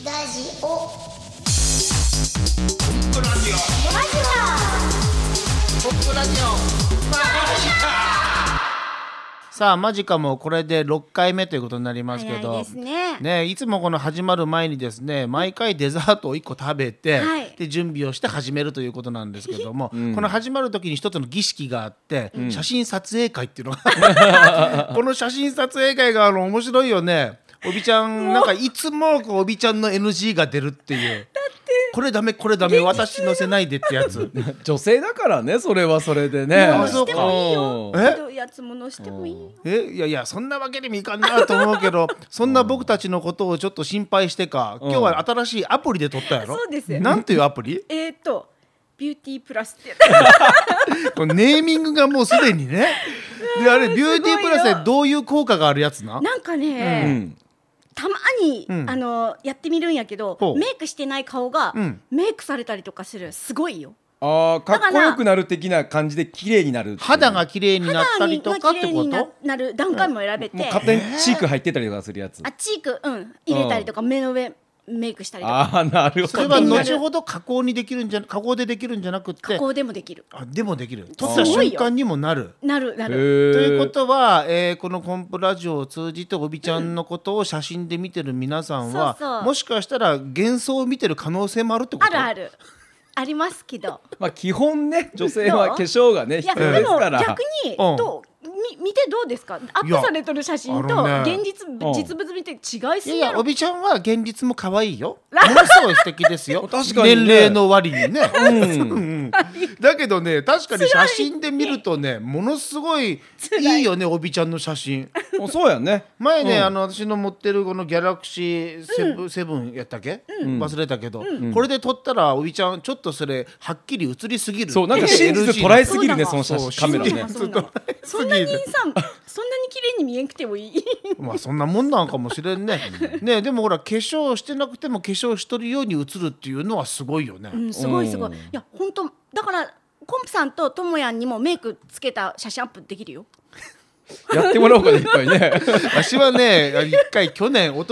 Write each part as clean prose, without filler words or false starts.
ラジオさあマジカもこれで6回目ということになりますけど、 早いですね。 ね、いつもこの始まる前にですね毎回デザートを1個食べて、 はい、 で準備をして始めるということなんですけども、この始まる時に一つの儀式があって、写真撮影会っていうのがこの写真撮影会が面白いよね。おびちゃんなんかいつもこうおびちゃんの NG が出るっていうこれダメこれダメ私乗せないでってやつ女性だからね、それはそれでね。 あしてもいいよ。 えどういうやつものしてもいいよ。 いやいやそんなわけにもいかんなと思うけどそんな僕たちのことをちょっと心配してか今日は新しいアプリで撮ったやろ。 そうですよ。 なんていうアプリ？ ビューティープラスってこのネーミングがもうすでにねであれビューティープラスでどういう効果があるやつな？ なんかね、たまに、やってみるんやけどほうメイクしてない顔が、メイクされたりとかする。すごいよ。 あ、かっこよくなる的な感じで綺麗になる。 肌が綺麗になったりとかって肌にことなる段階も選べて、 もう勝手にチーク入ってたりとかするやつ。 あチーク、入れたりとか、目の上メイクしたりとか。 あ、なるほど。 それは後ほど加工でできるんじゃなくて加工でもできる。 あでもできる。撮った瞬間にもなる。 なる。 ということは、このコンプラジオを通じておびちゃんのことを写真で見てる皆さんは、 そうもしかしたら幻想を見てる可能性もあるってこと？ あるありますけどまあ基本ね、女性は化粧がねいや必要ですから。 でも逆に、見てどうですか？アップされてる写真と現実、実物見て違いすぎやろ。 おびちゃんは現実も可愛いよ。ものすごい素敵ですよ。 確かにね、 年齢の割にね、だけどね確かに写真で見るとねものすごいいいよねおびちゃんの写真。 そうやね。 前ね、私の持ってるこのギャラクシーセブンやったっけ、忘れたけど、これで撮ったらおびちゃんちょっとそれはっきり写りすぎる。 そう、なんか真実捉えすぎるね、その写真カメラね。 そんなにそんなに綺麗に見えんくてもいいまあそんなもんなんかもしれんね。ねでもほら化粧してなくても化粧しとるように映るっていうのはすごいよね。 すごい。いや本当だからコンプさんとともやんにもメイクつけた写真アップできるよ。 やってもらおうかね、いっぱいね。 私はね一回去年の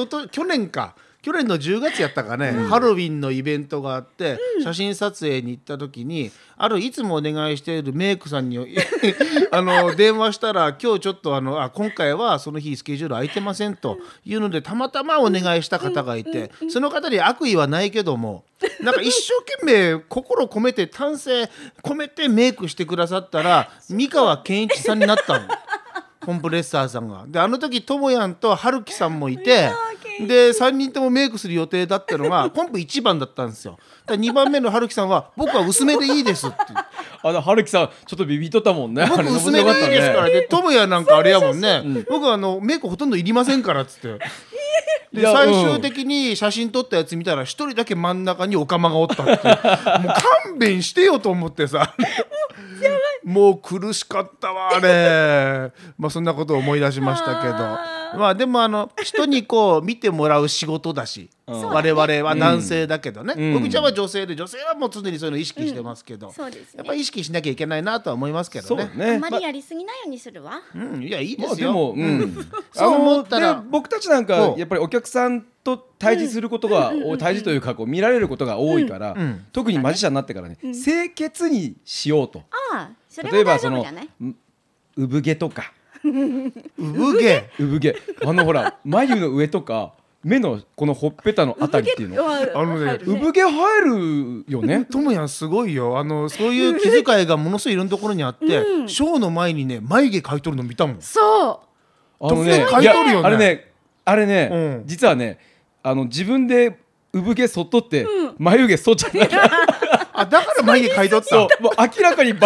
10月やったかね、ハロウィンのイベントがあって、写真撮影に行った時にいつもお願いしているメイクさんに電話したら今日ちょっと今回はその日スケジュール空いてませんというのでたまたまお願いした方がいて、その方に悪意はないけどもなんか一生懸命心込めて丹精込めてメイクしてくださったら三河健一さんになったの。コンプレッサーさんがであの時ともやんとはるきさんもいてで3人ともメイクする予定だったのがコンプ1番だったんですよ。2番目のはるきさんは僕は薄めでいいですってはるきさんちょっとビビっとったもんね。 僕薄めでいいですからでともやなんかあれやもんね、僕はメイクほとんどいりませんからっつってで最終的に写真撮ったやつ見たら一人だけ真ん中にオカマがおったってもう勘弁してよと思ってさもう苦しかったわあれそんなことを思い出しましたけどでも人にこう見てもらう仕事だし我々は男性だけどね、おびちゃんは女性で女性はもう常にそういうの意識してますけど、やっぱり意識しなきゃいけないなとは思いますけどね。 あんまりやりすぎないようにするわ。 いやいいですよ。 そう思ったら僕たちなんかやっぱりお客さんと対峙することが対峙というか見られることが多いから、特にマジシャンになってからね、清潔にしようと。例えばその産毛とか産毛ほら眉の上とか目のこのほっぺたのあたりっていうの産毛生えるよね。 ともやんすごいよそういう気遣いがものすごいいろんなところにあって、ショーの前にね眉毛描いとるの見たもん。 そう描いとるよね。 あれね、実はね自分で産毛剃っとって眉毛剃っちゃっただから眉毛描いとった。 もう明らかに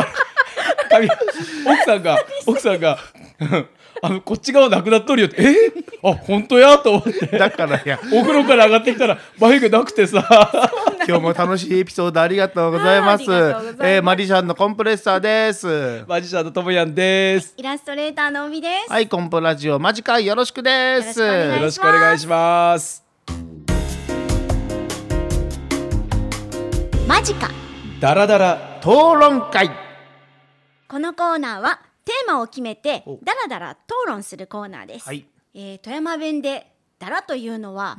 奥さんがこっち側なくなっとるよって本当やと思ってだからお風呂から上がってきたら眉毛なくてさ今日も楽しいエピソードありがとうございます。マジシャンのコンプレッサーです。 マジシャンのともやんです。 イラストレーターのおみです。 はい、コンプラジオマジカよろしくです。 よろしくお願いします。 マジカダラダラ討論会。 このコーナーはテーマを決めてダラダラ討論するコーナーです。富山弁でダラというのは、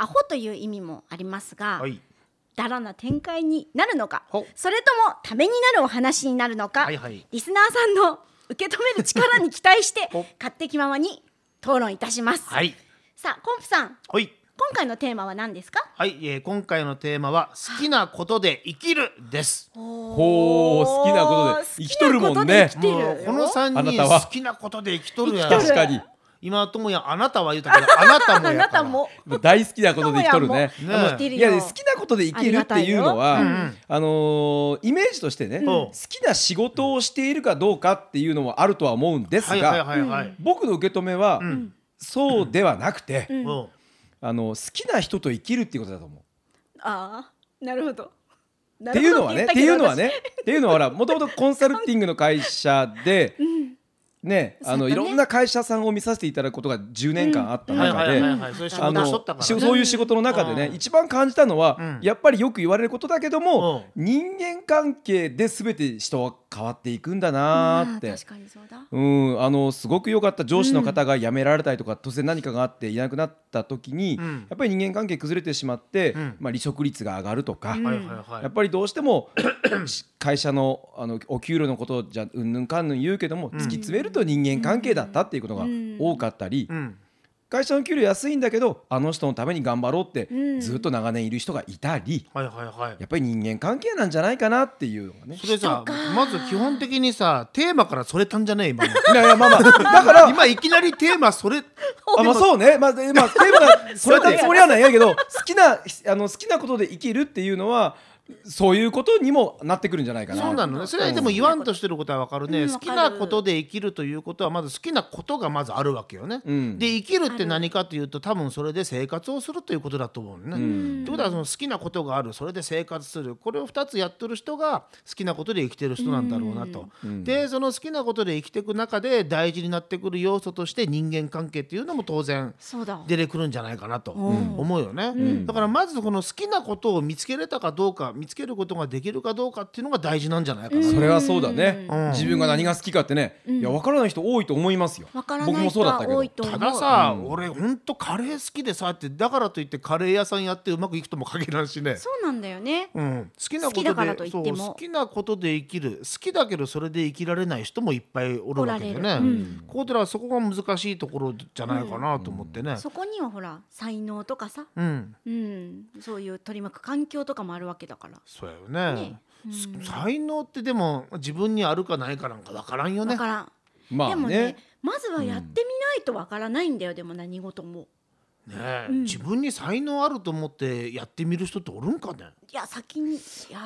アホという意味もありますが、 はいだらな展開になるのか、それともためになるお話になるのか、 はいはい、 リスナーさんの受け止める力に期待して勝手気ままに討論いたします。 はい、 さあコンプさん、 はい、 今回のテーマは何ですか？ はい、今回のテーマは好きなことで生きるです。 ほう、好きなことで生きとるもんね。 もうこの3人好きなことで生きとるやん。 確かに今ともやあなたは言うたけどあなたもやから大好きなことで生きとるね。いや好きなことで生きるっていうのは、イメージとしてね、好きな仕事をしているかどうかっていうのもあるとは思うんですが、僕の受け止めは、そうではなくて、好きな人と生きるっていうことだと思う。 ああ、なるほど。 っていうのはほらもともとコンサルティングの会社でね、いろんな会社さんを見させていただくことが10年間あった中で、そういう仕事の中でね、一番感じたのは、やっぱりよく言われることだけども、人間関係で全て人は変わっていくんだなって。 確かにそうだ。 すごく良かった上司の方が辞められたりとか、突然何かがあっていなくなった時に、やっぱり人間関係崩れてしまって、離職率が上がるとか、やっぱりどうしても会社のお給料のことじゃうんぬんかんぬん言うけども、突き詰めると人間関係だったっていうことが多かったり、会社の給料安いんだけどあの人のために頑張ろうってずっと長年いる人がいたり、やっぱり人間関係なんじゃないかなっていうのがね。 それさ、まず基本的にさテーマからそれたんじゃねえ今の。いやまあだから今いきなりテーマそれそうね、テーマがそれたつもりはないんやけど、好きなことで生きるっていうのはそういうことにもなってくるんじゃないかな。 そうなのね。それはでも言わんとしてることは分かるね。好きなことで生きるということはまず好きなことがまずあるわけよね。で生きるって何かというと多分それで生活をするということだと思うね。ということはその好きなことがある、それで生活する、これを2つやってる人が好きなことで生きてる人なんだろうなと。でその好きなことで生きていく中で大事になってくる要素として人間関係っていうのも当然出てくるんじゃないかなと思うよね。だからまずこの好きなことを見つけれたかどうか、見つけることができるかどうかっていうのが大事なんじゃないかな。 それはそうだね。自分が何が好きかってね、いや分からない人多いと思いますよ。僕もそうだったけど。 たださ、俺ほんとカレー好きでさって、だからといってカレー屋さんやってうまくいくとも限らんしね。 そうなんだよね。 好きなことで、好きなことで生きる、好きだけどそれで生きられない人もいっぱいおるわけでね。こうだらそこが難しいところじゃないかなと思ってね。 そこにはほら才能とかさ、そういう取り巻く環境とかもあるわけだから。 そうやよね。才能ってでも自分にあるかないかなんか分からんよね。 分からん。でもね、まずはやってみないと分からないんだよ。でも何事もね、自分に才能あると思ってやってみる人っておるんかね。 いや先にい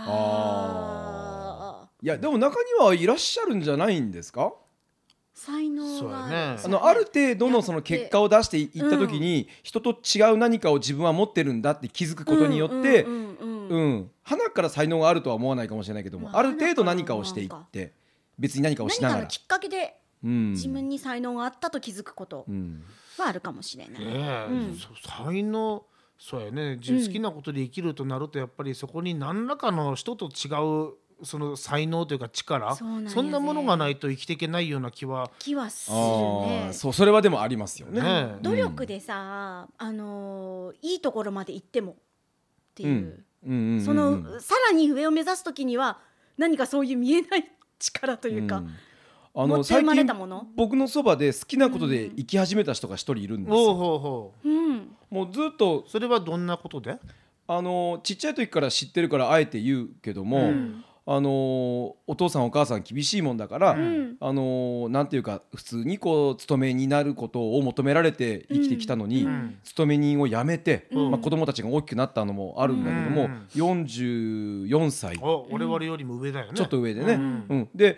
やでも中にはいらっしゃるんじゃないんですか。 才能はある程度のその結果を出していった時に、人と違う何かを自分は持ってるんだって気づくことによって鼻から才能があるとは思わないかもしれないけども、ある程度何かをしていって別に何かをしながら何かのきっかけで自分に才能があったと気づくことはあるかもしれない。 才能、そうやね。好きなことで生きるとなるとやっぱりそこに何らかの人と違うその才能というか力、そんなものがないと生きていけないような気はするね。 それはでもありますよね。 努力でさ、いいところまで行ってもっていう、そのさらに上を目指すときには何かそういう見えない力というか、持って生まれたもの。 僕のそばで好きなことで生き始めた人が一人いるんですよ。もうずっと。 それはどんなことで？ ちっちゃい時から知ってるからあえて言うけども、お父さんお母さん厳しいもんだから、なんていうか普通にこう勤めになることを求められて生きてきたのに、勤め人を辞めて、子供たちが大きくなったのもあるんだけども、44歳、 我々よりも上だよね。 ちょっと上でね。で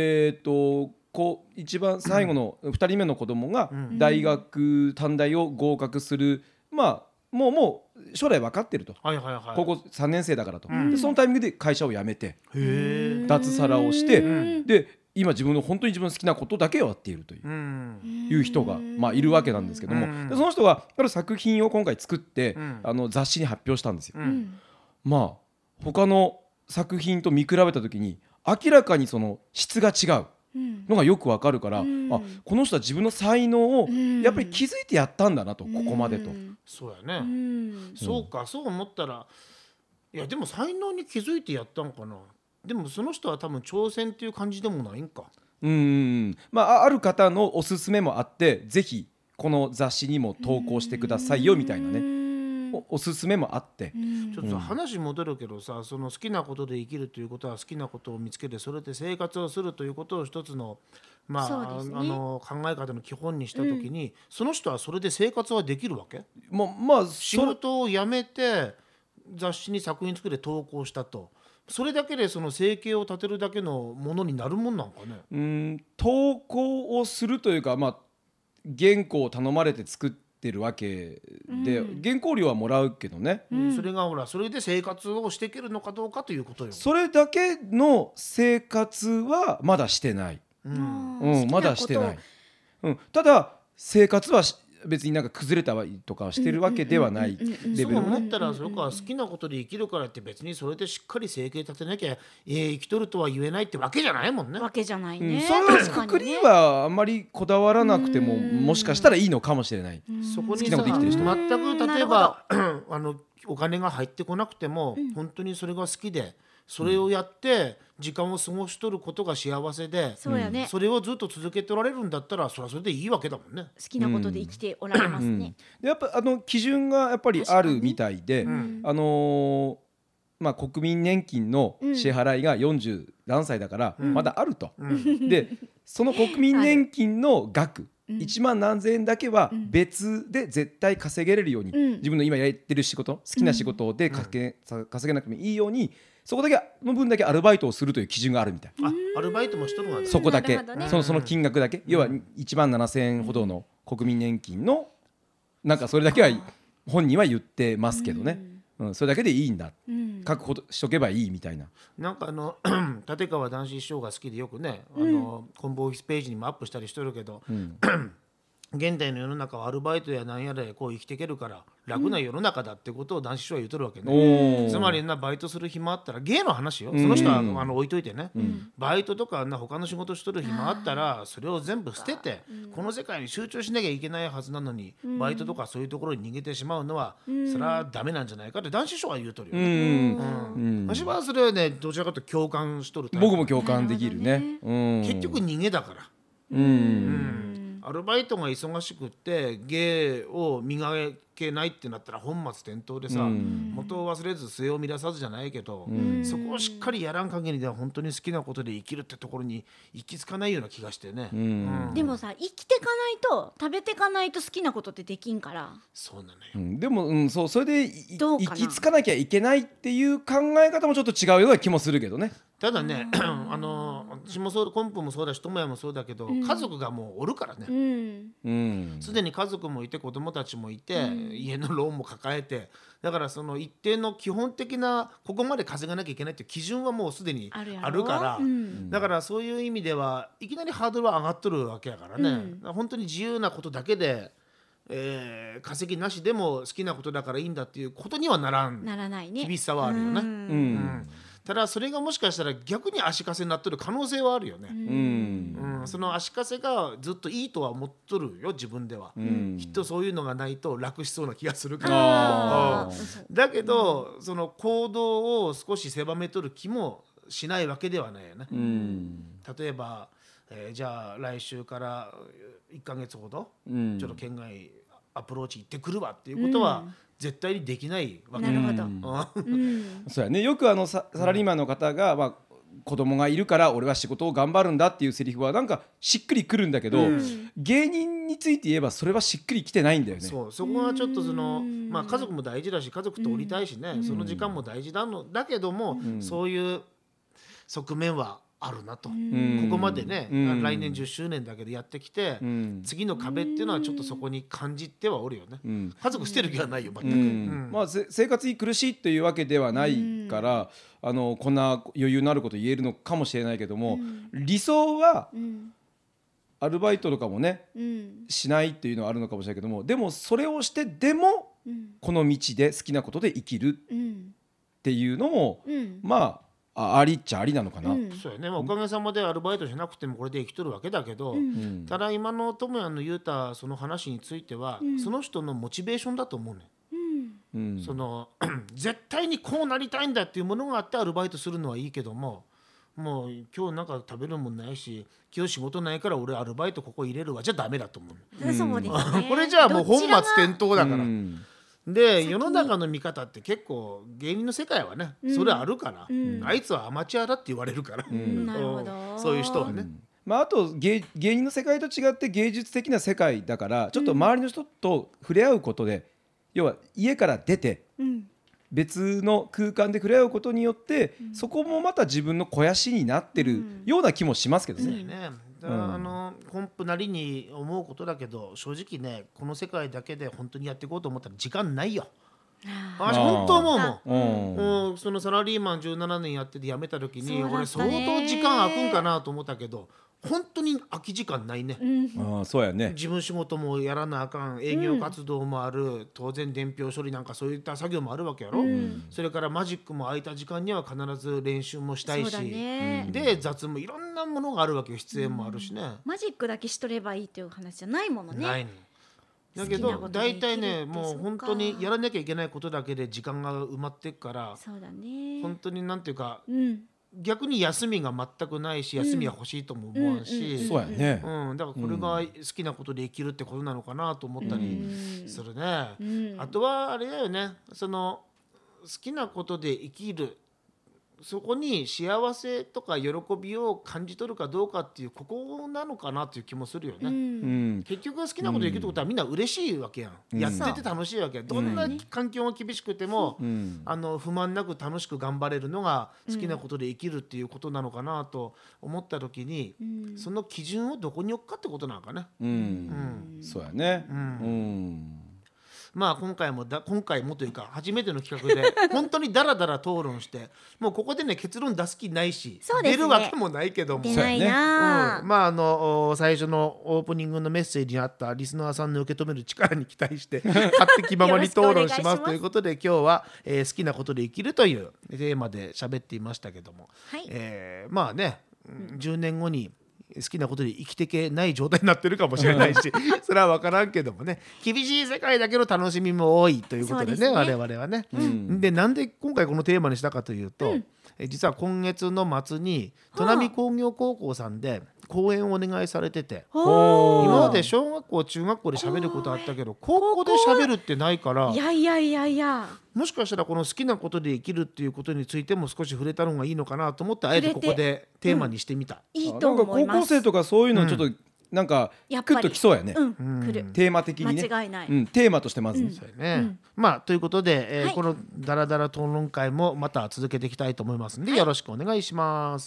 一番最後の2人目の子供が大学短大を合格する、もう将来分かってると、高校3年生だからと、でそのタイミングで会社を辞めて脱サラをして、で今自分の本当に自分の好きなことだけをやっているという人がいるわけなんですけども、でその人がある作品を今回作って雑誌に発表したんですよ。他の作品と見比べた時に明らかにその質が違う。 のがよくわかるから、あ、この人は自分の才能をやっぱり気づいてやったんだなと、ここまでと。 そうやね、そうか、そう思ったら、いやでも才能に気づいてやったんかな。でもその人は多分挑戦っていう感じでもないんか。 まあ、ある方のおすすめもあって、ぜひこの雑誌にも投稿してくださいよみたいなね、おすすめもあって、 ちょっと話戻るけどさ、その好きなことで生きるということは好きなことを見つけてそれで生活をするということを一つの、まあ考え方の基本にした時に、その人はそれで生活はできるわけ？ まあ仕事を辞めて雑誌に作品作って投稿したと、それだけでその生計を立てるだけのものになるもんなんかね。 投稿をするというか、まあ、原稿を頼まれて作ってるわけで、原稿料はもらうけどね、 それがほらそれで生活をしていけるのかどうかということよ。 それだけの生活はまだしてない、まだしてない、ただ生活は別になんか崩れたりとかしてるわけではないレベル。 そう思ったら、それから好きなことで生きるからって別にそれでしっかり生計立てなきゃ生きとるとは言えないってわけじゃないもんね。 わけじゃないね。 そのくくりはあんまりこだわらなくても、もしかしたらいいのかもしれない。 そこにさ、全く例えばお金が入ってこなくても、本当にそれが好きでそれをやって時間を過ごしとることが幸せで、 そうやね、 それをずっと続けておられるんだったら、それはそれでいいわけだもんね。 好きなことで生きておられますね。 やっぱ基準がやっぱりあるみたいで、まあ、国民年金の支払いが40何歳だからまだあると、でその国民年金の額1万何千円だけは別で絶対稼げれるように、自分の今やってる仕事、好きな仕事で稼げなくてもいいように、そこだけの分だけアルバイトをするという基準があるみたい。 アルバイトもしとるわけ。 そこだけ、その金額だけ、要は1万7千円ほどの国民年金のなんかそれだけは本人は言ってますけどね、それだけでいいんだ、確保しとけばいいみたいな。 なんか立川談志師匠が好きでよくね、コンボオフィスページにもアップしたりしてるけど、現代の世の中はアルバイトや何やらでこう生きていけるから楽な世の中だってことを談志師匠は言うとるわけね。つまりバイトする暇あったら、芸の話よ、その人は置いといてね、バイトとか他の仕事しとる暇あったらそれを全部捨ててこの世界に集中しなきゃいけないはずなのに、バイトとかそういうところに逃げてしまうのはそれはダメなんじゃないかって談志師匠は言うとるよね。私はそれはね、どちらかというと共感しとるタイプ。 僕も共感できるね。 結局逃げだから。アルバイトが忙しくって芸を磨けないってなったら本末転倒でさ、元を忘れず末を乱さずじゃないけど、そこをしっかりやらん限りでは本当に好きなことで生きるってところに行き着かないような気がしてね。 でもさ、生きてかないと食べてかないと好きなことってできんから。 そうなのよ。 でも、それで生きつかなきゃいけないっていう考え方もちょっと違うような気もするけどね。 ただね、私もそう、コンプもそうだし智也もそうだけど、家族がもうおるからね、すでに家族もいて子供たちもいて、家のローンも抱えて、だからその一定の基本的なここまで稼がなきゃいけないっていう基準はもうすでにあるから、だからそういう意味ではいきなりハードルは上がっとるわけやからね、本当に自由なことだけで、稼ぎなしでも好きなことだからいいんだっていうことにはならないね、厳しさはあるよね。ただそれがもしかしたら逆に足かせになっとる可能性はあるよね。その足かせがずっといいとは思っとるよ、自分では。きっとそういうのがないと楽しそうな気がするから。だけどその行動を少し狭めとる気もしないわけではないよね。例えば、じゃあ来週から1ヶ月ほどちょっと県外アプローチ行ってくるわっていうことは絶対にできないわけ。 なるほど。 そうやね、よくサラリーマンの方が、子供がいるから俺は仕事を頑張るんだっていうセリフはなんかしっくりくるんだけど、芸人について言えばそれはしっくりきてないんだよね。 そこはちょっと家族も大事だし、家族とおりたいしね、その時間も大事だけども、そういう側面はあるなと。ここまでね、来年10周年だけどやってきて、次の壁っていうのはちょっとそこに感じてはおるよね。家族捨てる気はないよ全く。 生活に苦しいというわけではないから、こんな余裕のあること言えるのかもしれないけども、理想はアルバイトとかもね、しないっていうのはあるのかもしれないけども、でもそれをしてでもこの道で好きなことで生きるっていうのも、 ありっちゃありなのかな、 そうやね、おかげさまでアルバイトじゃなくてもこれで生きとるわけだけど、ただ今のともやんの言うたその話については、その人のモチベーションだと思うね、その絶対にこうなりたいんだっていうものがあってアルバイトするのはいいけども、もう今日なんか食べるもんないし今日仕事ないから俺アルバイトここ入れるわじゃダメだと思う、 そうですねこれじゃあもう本末転倒だから、で世の中の見方って結構芸人の世界はね、それあるから、あいつはアマチュアだって言われるから、 なるほどそういう人はね、 あと芸人の世界と違って芸術的な世界だからちょっと周りの人と触れ合うことで、要は家から出て、別の空間で触れ合うことによって、そこもまた自分の肥やしになってるような気もしますけどね。 本譜なりに思うことだけど正直ねこの世界だけで本当にやっていこうと思ったら時間ないよ。私本当思うもん、そのサラリーマン17年やってて辞めた時に俺相当時間空くんかなと思ったけど本当に空き時間ないね、 そうやね、 事務仕事もやらなあかん、営業活動もある、当然伝票処理なんかそういった作業もあるわけやろ、それからマジックも空いた時間には必ず練習もしたいし、で雑務いろんなものがあるわけよ、出演もあるしね、 マジックだけしとればいいっていう話じゃないものね。 ないね。だけど大体ねもう本当にやらなきゃいけないことだけで時間が埋まっていくから、 そうだね、 本当になんていうか、逆に休みが全くないし休みは欲しいとも思うし、 そうやね、 だからこれが好きなことで生きるってことなのかなと思ったりするね、あとはあれだよね、その好きなことで生きる、そこに幸せとか喜びを感じ取るかどうかっていうここなのかなっていう気もするよね、結局好きなことで生きるってことはみんな嬉しいわけやん、やってて楽しいわけやん、どんな環境が厳しくても、不満なく楽しく頑張れるのが好きなことで生きるっていうことなのかなと思った時に、その基準をどこに置くかってことなのかね、 そうやね、 まあ今回もというか初めての企画で本当にダラダラ討論してもうここでね結論出す気ないし、出るわけもないけども、 出ないな、 まあ最初のオープニングのメッセージにあったリスナーさんの受け止める力に期待して勝手気ままに討論しますということで今日は、好きなことで生きるというテーマで喋っていましたけども、まあね10年後に好きなことで生きていけない状態になってるかもしれないしそれは分からんけどもね、厳しい世界だけど楽しみも多いということでね、我々はね、でなんで今回このテーマにしたかというと、実は今月の末に砺波工業高校さんで講演をお願いされてて、今まで小学校中学校で喋ることあったけど高校で喋るってないから、 いやもしかしたらこの好きなことで生きるっていうことについても少し触れたのがいいのかなと思ってあえてここでテーマにしてみた、 いいと思います。 なんか高校生とかそういうのちょっとなんかクッときそうやね、 来るテーマ的にね、 間違いない、 テーマとしてまず、 まあということで、このダラダラ討論会もまた続けていきたいと思いますので、よろしくお願いします。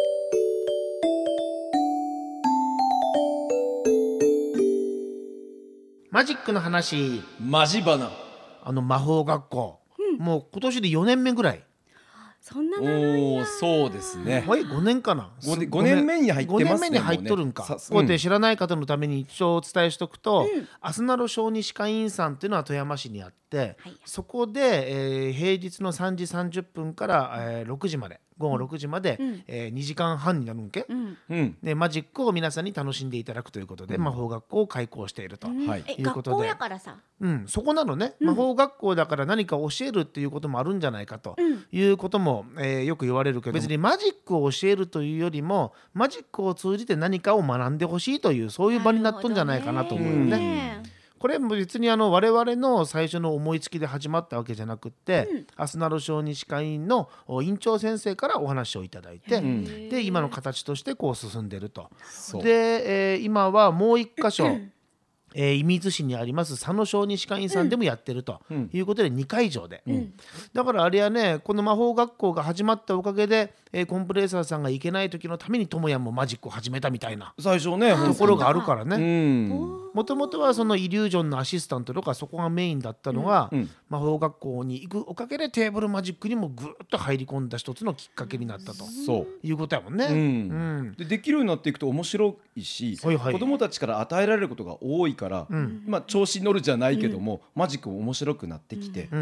マジックの話、 マジバナ、 魔法学校、もう今年で4年目ぐらい。 そんな長いや。 そうですね。 5年かな。 5年目に入ってますね。5年目に入っとるんか。ここで知らない方のために一応お伝えしておくと、アスナロ小児歯科医院さんっていうのは富山市にあって、そこで、平日の3時30分から、6時まで午後6時まで、2時間半になるんけ、でマジックを皆さんに楽しんでいただくということで、魔法学校を開校しているということで、 学校やからさ、 そこなのね、魔法学校だから何か教えるっていうこともあるんじゃないかということも、よく言われるけど、別にマジックを教えるというよりもマジックを通じて何かを学んでほしいというそういう場になっとんじゃないかなと思うよね。これも別に我々の最初の思いつきで始まったわけじゃなくって、アスナロ小児歯科医院の院長先生からお話をいただいて、で今の形としてこう進んでると。で、今はもう一箇所射水市にあります佐野小児歯科医院さんでもやってるということで2会場で、だからあれはね、この魔法学校が始まったおかげで、コンプレッサーさんが行けない時のためにともやんもマジックを始めたみたいな最初ねところがあるからね。もともとはそのイリュージョンのアシスタントとかそこがメインだったのが、魔法学校に行くおかげでテーブルマジックにもぐっと入り込んだ一つのきっかけになったということやもんね。 できるようになっていくと面白いし、子どもたちから与えられることが多いから、調子に乗るじゃないけども、マジックも面白くなってきて、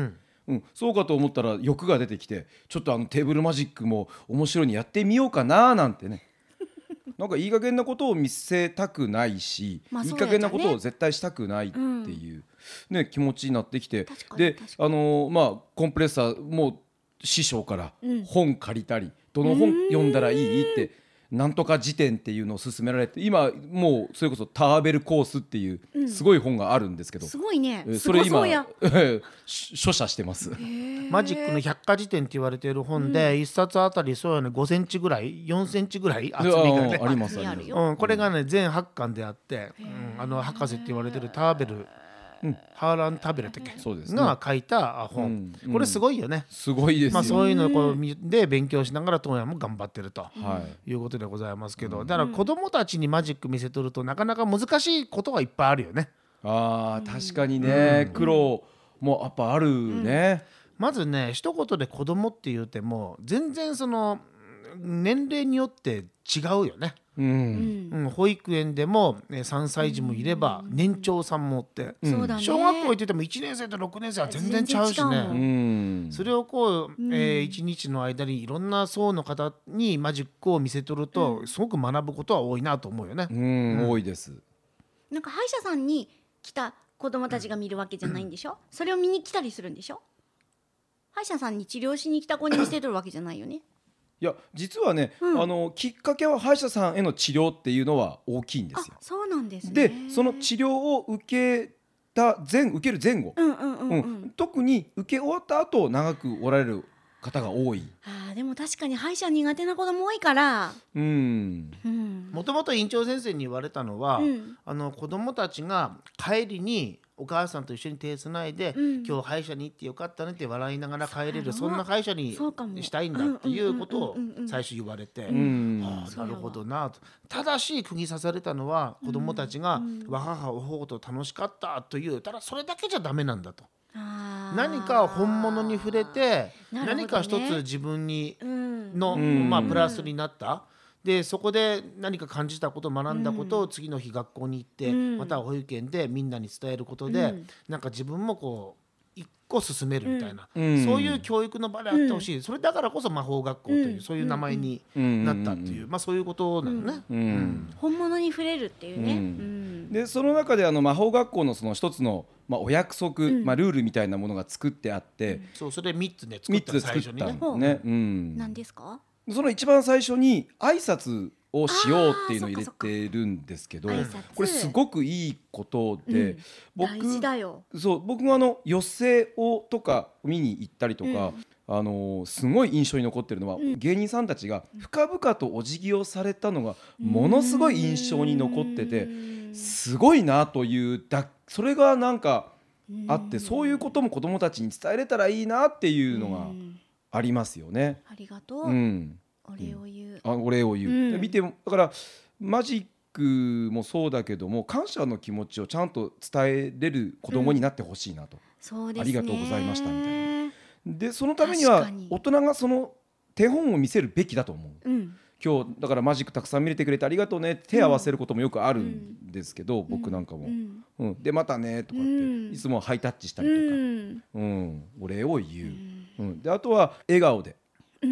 そうかと思ったら欲が出てきて、ちょっとテーブルマジックも面白いにやってみようかななんてねなんかいい加減なことを見せたくないし、 まあいい加減なことを絶対したくないっていう、気持ちになってきて、でコンプレッサーも師匠から本借りたり、どの本読んだらいいってなんとか辞典っていうのを勧められて、今もうそれこそターベルコースっていうすごい本があるんですけど、 すごいね、 それ今書写してます。 マジックの百科事典って言われている本で、1冊あたりそうやね5センチぐらい4センチぐらい厚みがねありますあります。 これがね全8巻であって、博士って言われてるターベル、ハーラン・タベルだっけ、 そうですね、 が書いた本、これすごいよね。 すごいですよ。 そういうのをで勉強しながら東野も頑張ってると、いうことでございますけど、だから子供たちにマジック見せとるとなかなか難しいことはいっぱいあるよね。 確かにね、苦労もやっぱあるね。 まずね、一言で子供って言うても全然その年齢によって違うよね。保育園でも3歳児もいれば年長さんもおって、小学校行ってても1年生と6年生は全然ちゃうしね。それをこう、1日の間にいろんな層の方にマジックを見せとると、すごく学ぶことは多いなと思うよね。 多いです。 なんか歯医者さんに来た子供たちが見るわけじゃないんでしょ、それを見に来たりするんでしょ。歯医者さんに治療しに来た子に見せとるわけじゃないよね。 いや実はね、きっかけは歯医者さんへの治療っていうのは大きいんですよ。 そうなんですね。 でその治療を受ける前後、特に受け終わった後長くおられる方が多い。 でも確かに歯医者苦手な子供多いから、 もともと院長先生に言われたのは、子供たちが帰りにお母さんと一緒に手つないで、今日歯医者に行ってよかったねって笑いながら帰れる、そんな歯医者にしたいんだっていうことを最初言われて、なるほどなと。ただし釘刺されたのは子供たちがわははおほうと楽しかったという、ただそれだけじゃダメなんだと。何か本物に触れて、何か一つ自分にの、プラスになった。でそこで何か感じたこと、学んだことを次の日学校に行って、また保育園でみんなに伝えることで、なんか自分もこう一個進めるみたいな、そういう教育の場であってほしい。それだからこそ魔法学校という、そういう名前になったっていう、そういうことなのね。 本物に触れるっていうね。 でその中で魔法学校のその一つのお約束、ルールみたいなものが作ってあって、 それ3つね作った最初にね。何ですか？ その一番最初に挨拶をしようっていうのを入れてるんですけど、これすごくいいことで、 大事だよ。 僕が寄席をとか見に行ったりとか、すごい印象に残ってるのは、芸人さんたちが深々とお辞儀をされたのがものすごい印象に残ってて、すごいなというそれがなんかあって、そういうことも子どもたちに伝えれたらいいなっていうのがありますよね。 ありがとう。お礼を言う。 お礼を言う。見てだからマジックもそうだけども、感謝の気持ちをちゃんと伝えれる子供になってほしいなと。 そうですね。 ありがとうございましたみたいな。でそのためには大人がその手本を見せるべきだと思う。今日だからマジックたくさん見れてくれてありがとうねって手を合わせることもよくあるんですけど、僕なんかも、でまたねとかっていつもハイタッチしたりとか、お礼を言う、であとは笑顔で、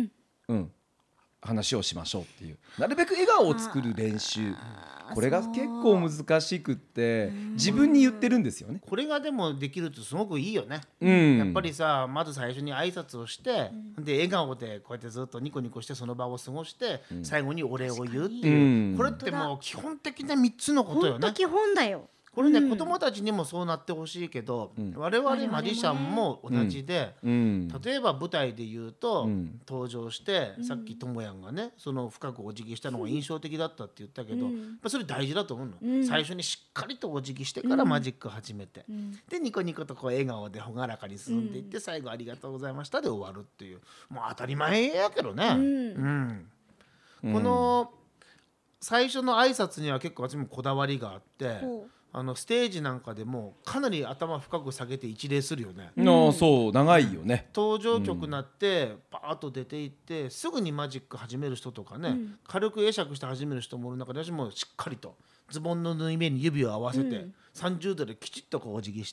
話をしましょうっていう、なるべく笑顔を作る練習、これが結構難しくって自分に言ってるんですよね。 これがでもできるとすごくいいよね。やっぱりさ、まず最初に挨拶をして、で笑顔でこうやってずっとニコニコしてその場を過ごして、最後にお礼を言うっていう、これってもう基本的な3つのことよね。 本当基本だよ。 これね、子供たちにもそうなってほしいけど、我々マジシャンも同じで、例えば舞台で言うと、登場して、さっきともやんがねその深くお辞儀したのが印象的だったって言ったけど、それ大事だと思うの、最初にしっかりとお辞儀してからマジック始めて、でニコニコとこう笑顔で朗らかに進んでいって、最後ありがとうございましたで終わるっていう、もう当たり前やけどね。この最初の挨拶には結構私もこだわりがあって、ステージなんかでもかなり頭深く下げて一礼するよね。 そう長いよね。 登場曲になってパーッと出ていって、すぐにマジック始める人とかね、軽く会釈して始める人もいる中で、私もしっかりとズボンの縫い目に指を合わせて、30度できちっとこうお辞儀して、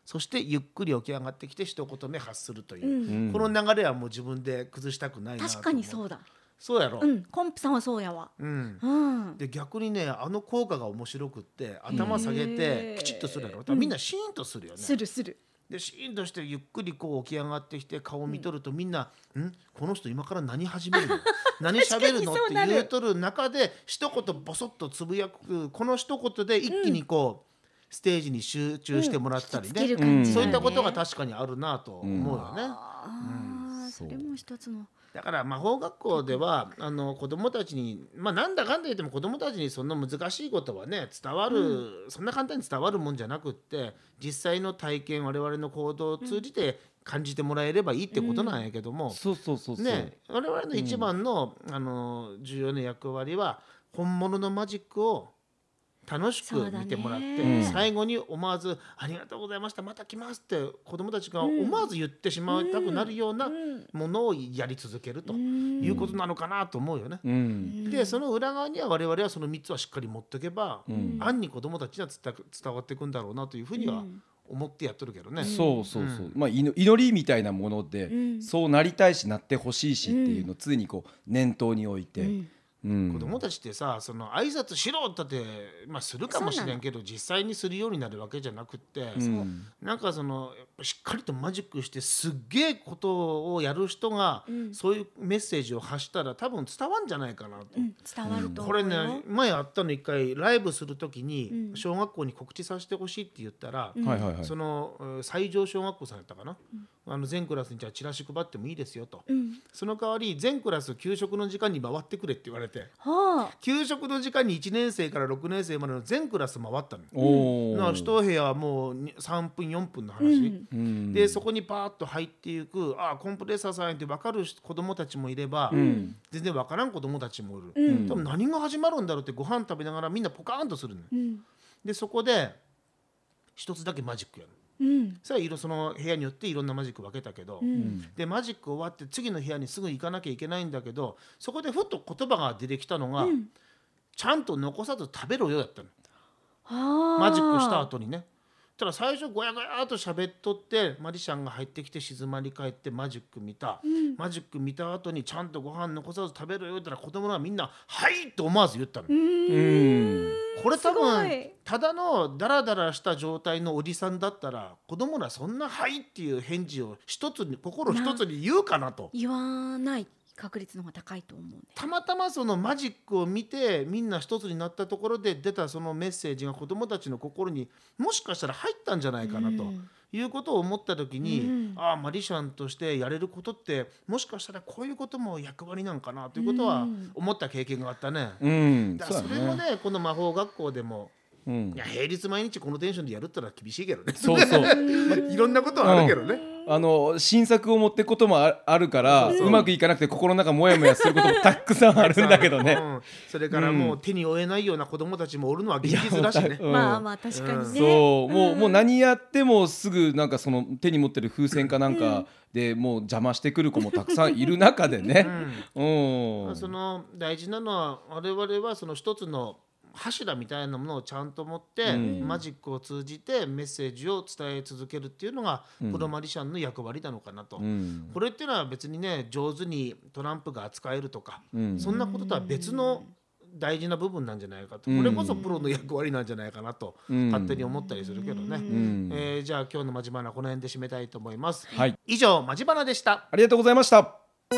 そしてゆっくり起き上がってきて一言目発するという、この流れはもう自分で崩したくないなと思う。 確かにそうだ。 そうやろ、 コンプさんはそうやわ。 で逆にね効果が面白くって頭下げてきちっとするやろ、みんなシーンとするよね。 するする。 でシーンとしてゆっくりこう起き上がってきて顔を見とるとみんな、この人今から何始めるの何喋るのって言うとる中で一言ボソッとつぶやく、この一言で一気にこう、ステージに集中してもらったりね、そういったことが確かにあるなと思うよね。 それも一つのだから魔法学校では子どもたちに、なんだかんだ言っても子どもたちにそんな難しいことはね伝わる、そんな簡単に伝わるもんじゃなくって、実際の体験我々の行動を通じて感じてもらえればいいってことなんやけども、ね、我々の一番の、重要な役割は本物のマジックを楽しく見てもらって、最後に思わずありがとうございましたまた来ますって子どもたちが思わず言ってしまいたくなるようなものをやり続けるということなのかなと思うよね。でその裏側には我々はその3つはしっかり持っておけば、暗に子どもたちには伝わっていくんだろうなというふうには思ってやっとるけどね。 祈りみたいなもので、そうなりたいしなってほしいしっていうのを常にこう念頭に置いて、 子供たちってさその挨拶しろって、するかもしれんけど実際にするようになるわけじゃなくって、なんかそのしっかりとマジックしてすっげえことをやる人が、そういうメッセージを発したら多分伝わるんじゃないかなと、 伝わると思うよ。 これね前あったの一回ライブする時に小学校に告知させてほしいって言ったら、その西条小学校さんやったかな、全クラスにじゃあチラシ配ってもいいですよと、その代わり全クラス給食の時間に回ってくれって言われて、給食の時間に1年生から6年生までの全クラス回ったの。一部屋はもう3分4分の話、でそこにパーッと入っていくコンプレッサーさんって分かる子どもたちもいれば、全然分からん子どもたちもいる、多分何が始まるんだろうってご飯食べながらみんなポカーンとするの、でそこで一つだけマジックやる。それはその部屋によっていろんなマジック分けたけど、でマジック終わって次の部屋にすぐ行かなきゃいけないんだけど、そこでふっと言葉が出てきたのが、ちゃんと残さず食べろよやったの。マジックした後にね。ただ最初ゴヤゴヤーと喋っとってマリシャンが入ってきて静まり返ってマジック見た、マジック見た後にちゃんとご飯残さず食べろよって言ったら子供らみんなはいと思わず言ったの。これ多分ただのダラダラした状態のおじさんだったら子供らそんなはいっていう返事を心一つに言うかなと。 言わない確率の方が高いと思うね。 たまたまそのマジックを見てみんな一つになったところで出たそのメッセージが子どもたちの心にもしかしたら入ったんじゃないかなということを思った時に、マリシャンとしてやれることってもしかしたらこういうことも役割なんかなということは思った経験があったね。だからそれもねこの魔法学校でもいや平日毎日このテンションでやるってのは厳しいけどね。いろんなことはあるけどね。 新作を持っていくこともあるからうまくいかなくて心の中モヤモヤすることもたくさんあるんだけどね。 それからもう手に負えないような子供たちもおるのは現実だしね。 まあ確かにね。 もう何やってもすぐなんかその手に持ってる風船かなんかでもう邪魔してくる子もたくさんいる中でね。 その大事なのは我々はその一つの柱みたいなものをちゃんと持って、マジックを通じてメッセージを伝え続けるっていうのがプロマジシャンの役割なのかなと、これっていうのは別にね上手にトランプが扱えるとか、そんなこととは別の大事な部分なんじゃないかと、これこそプロの役割なんじゃないかなと勝手に思ったりするけどね。じゃあ今日のマジバナこの辺で締めたいと思います。以上マジバナでした。 ありがとうございました。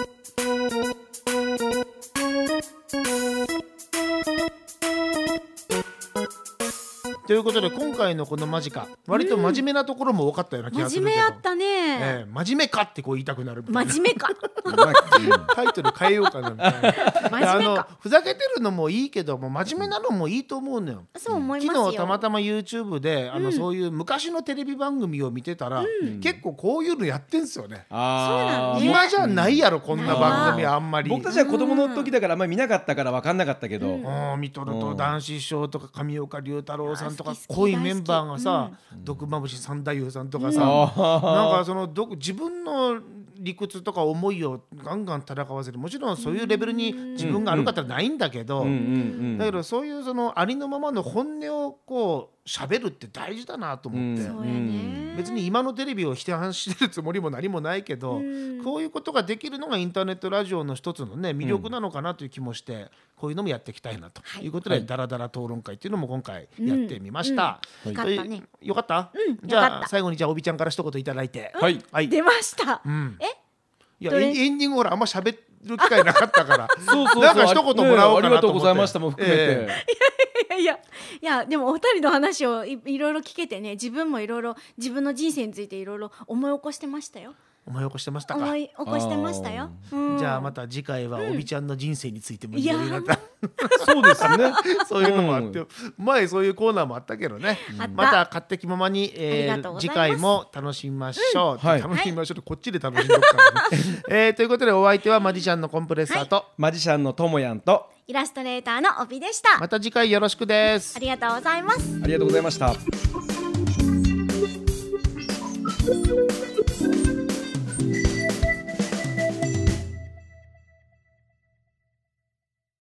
ということで今回のこのマジカ割と真面目なところも多かったような気がするけど、 真面目あったね。 真面目かってこう言いたくなるみたいな。 真面目かタイトル変えようかなみたいな。 真面目かふざけてるのもいいけども真面目なのもいいと思うのよ。 そう思いますよ。 昨日たまたま YouTube でそういう昔のテレビ番組を見てたら、結構こういうのやってんすよね。今じゃないやろこんな番組あんまり。 僕たちは子供の時だからあんまり見なかったから分かんなかったけど、 見とると男子師匠とか上岡龍太郎さんとか濃いメンバーがさ、毒まぶし三太夫さんとかさ、なんかその自分の理屈とか思いをガンガン戦わせる、もちろんそういうレベルに自分がある方はないんだけど、だけどそういうそのありのままの本音をこう喋るって大事だなと思って、 そうやね、 別に今のテレビを批判してるつもりも何もないけど、こういうことができるのがインターネットラジオの一つのね魅力なのかなという気もして、こういうのもやっていきたいなということで、ダラダラ討論会っていうのも今回やってみました。 よかったね。 よかった？じゃあ最後にじゃあおびちゃんから一言いただいて。 はい、出ました。 いやエンディングほらあんま喋る機会なかったからそうなんか一言もらおうかなと思って、 ありがとうございましたも含めて、 いやでもお二人の話をいろいろ聞けてね、自分もいろいろ自分の人生についていろいろ思い起こしてましたよ。 思い起こしてましたか？ 思い起こしてましたよ。 じゃあまた次回はおびちゃんの人生についてもいろいろなそうですねそういうのもあって、前そういうコーナーもあったけどね、また勝手気ままに次回も楽しみましょう。楽しみましょう、こっちで楽しんどくからねということでお相手はマジシャンのコンプレッサーとマジシャンのともやんとイラストレーターのおびでした。 また次回よろしくです。 ありがとうございます。 ありがとうございました。